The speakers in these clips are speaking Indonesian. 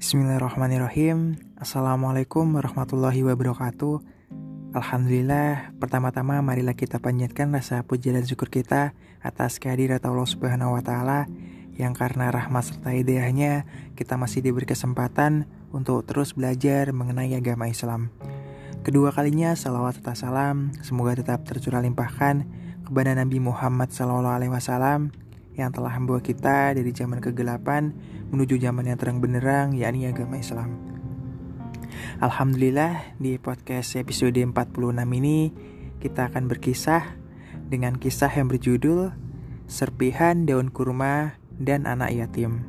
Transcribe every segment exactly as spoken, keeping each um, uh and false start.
Bismillahirrahmanirrahim. Assalamualaikum warahmatullahi wabarakatuh. Alhamdulillah, pertama-tama marilah kita panjatkan rasa puji dan syukur kita atas kehadirat Allah Subhanahu wa taala yang karena rahmat serta hidayahnya kita masih diberi kesempatan untuk terus belajar mengenai agama Islam. Kedua kalinya salawat serta salam semoga tetap tercurah limpahkan kepada Nabi Muhammad shallallahu alaihi wasallam yang telah membawa kita dari zaman kegelapan menuju zaman yang terang benderang, yakni agama Islam. Alhamdulillah, di podcast episode empat puluh enam ini kita akan berkisah dengan kisah yang berjudul Serpihan Daun Kurma dan Anak Yatim.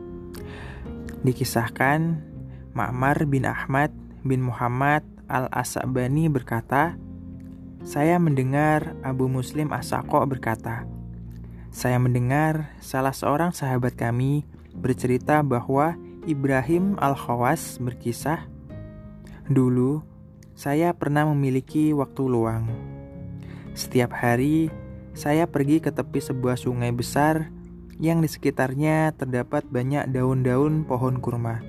Dikisahkan, Ma'mar bin Ahmad bin Muhammad al-Asabani berkata, saya mendengar Abu Muslim As-Saqo berkata, saya mendengar salah seorang sahabat kami bercerita bahwa Ibrahim Al-Khawas berkisah, dulu saya pernah memiliki waktu luang. Setiap hari saya pergi ke tepi sebuah sungai besar yang di sekitarnya terdapat banyak daun-daun pohon kurma.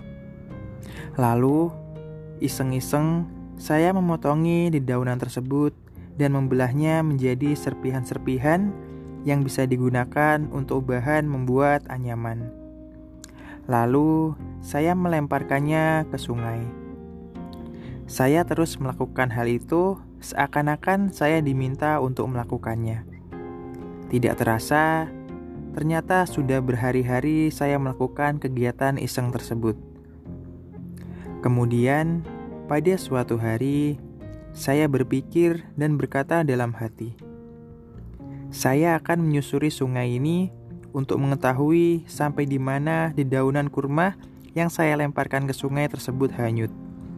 Lalu iseng-iseng saya memotongi dedaunan tersebut dan membelahnya menjadi serpihan-serpihan yang bisa digunakan untuk bahan membuat anyaman. Lalu saya melemparkannya ke sungai. Saya terus melakukan hal itu seakan-akan saya diminta untuk melakukannya. Tidak terasa, ternyata sudah berhari-hari saya melakukan kegiatan iseng tersebut. Kemudian, pada suatu hari, saya berpikir dan berkata dalam hati, saya akan menyusuri sungai ini untuk mengetahui sampai di mana dedaunan kurma yang saya lemparkan ke sungai tersebut hanyut.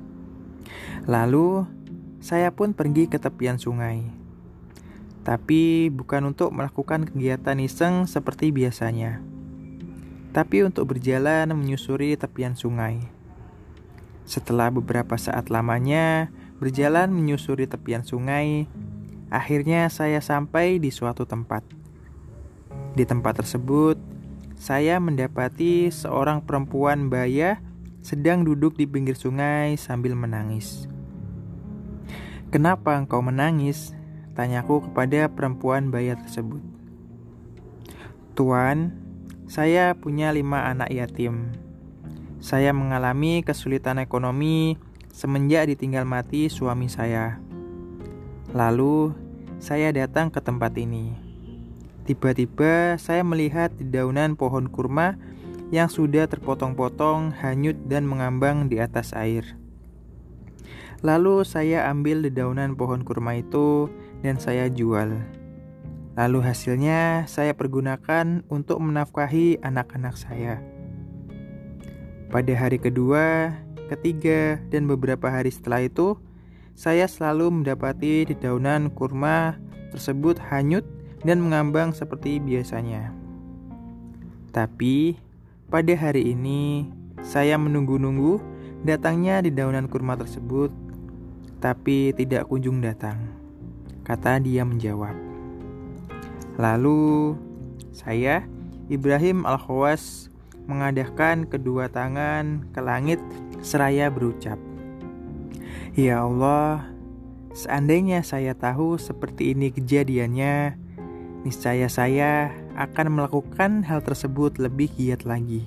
Lalu, saya pun pergi ke tepian sungai. Tapi bukan untuk melakukan kegiatan iseng seperti biasanya, tapi untuk berjalan menyusuri tepian sungai. Setelah beberapa saat lamanya berjalan menyusuri tepian sungai, akhirnya saya sampai di suatu tempat. Di tempat tersebut, saya mendapati seorang perempuan baya sedang duduk di pinggir sungai sambil menangis. Kenapa engkau menangis? Tanyaku kepada perempuan baya tersebut. Tuan, saya punya lima anak yatim. Saya mengalami kesulitan ekonomi semenjak ditinggal mati suami saya. Lalu, saya datang ke tempat ini. Tiba-tiba, saya melihat dedaunan pohon kurma yang sudah terpotong-potong, hanyut dan mengambang di atas air. Lalu, saya ambil dedaunan pohon kurma itu dan saya jual. Lalu hasilnya, saya pergunakan untuk menafkahi anak-anak saya. Pada hari kedua, ketiga, dan beberapa hari setelah itu, saya selalu mendapati dedaunan kurma tersebut hanyut dan mengambang seperti biasanya. Tapi pada hari ini saya menunggu-nunggu datangnya dedaunan kurma tersebut, tapi tidak kunjung datang, kata dia menjawab. Lalu saya, Ibrahim Al-Khawas, mengadahkan kedua tangan ke langit seraya berucap, ya Allah, seandainya saya tahu seperti ini kejadiannya, niscaya saya akan melakukan hal tersebut lebih giat lagi.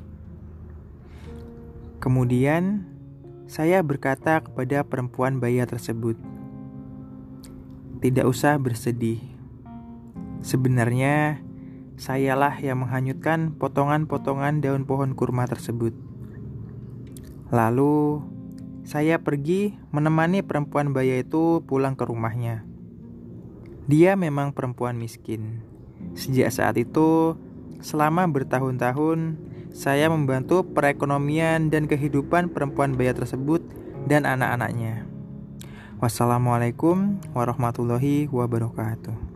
Kemudian, saya berkata kepada perempuan baya tersebut, tidak usah bersedih. Sebenarnya, sayalah yang menghanyutkan potongan-potongan daun pohon kurma tersebut. Lalu, saya pergi menemani perempuan baya itu pulang ke rumahnya. Dia memang perempuan miskin. Sejak saat itu, selama bertahun-tahun, saya membantu perekonomian dan kehidupan perempuan baya tersebut dan anak-anaknya. Wassalamualaikum warahmatullahi wabarakatuh.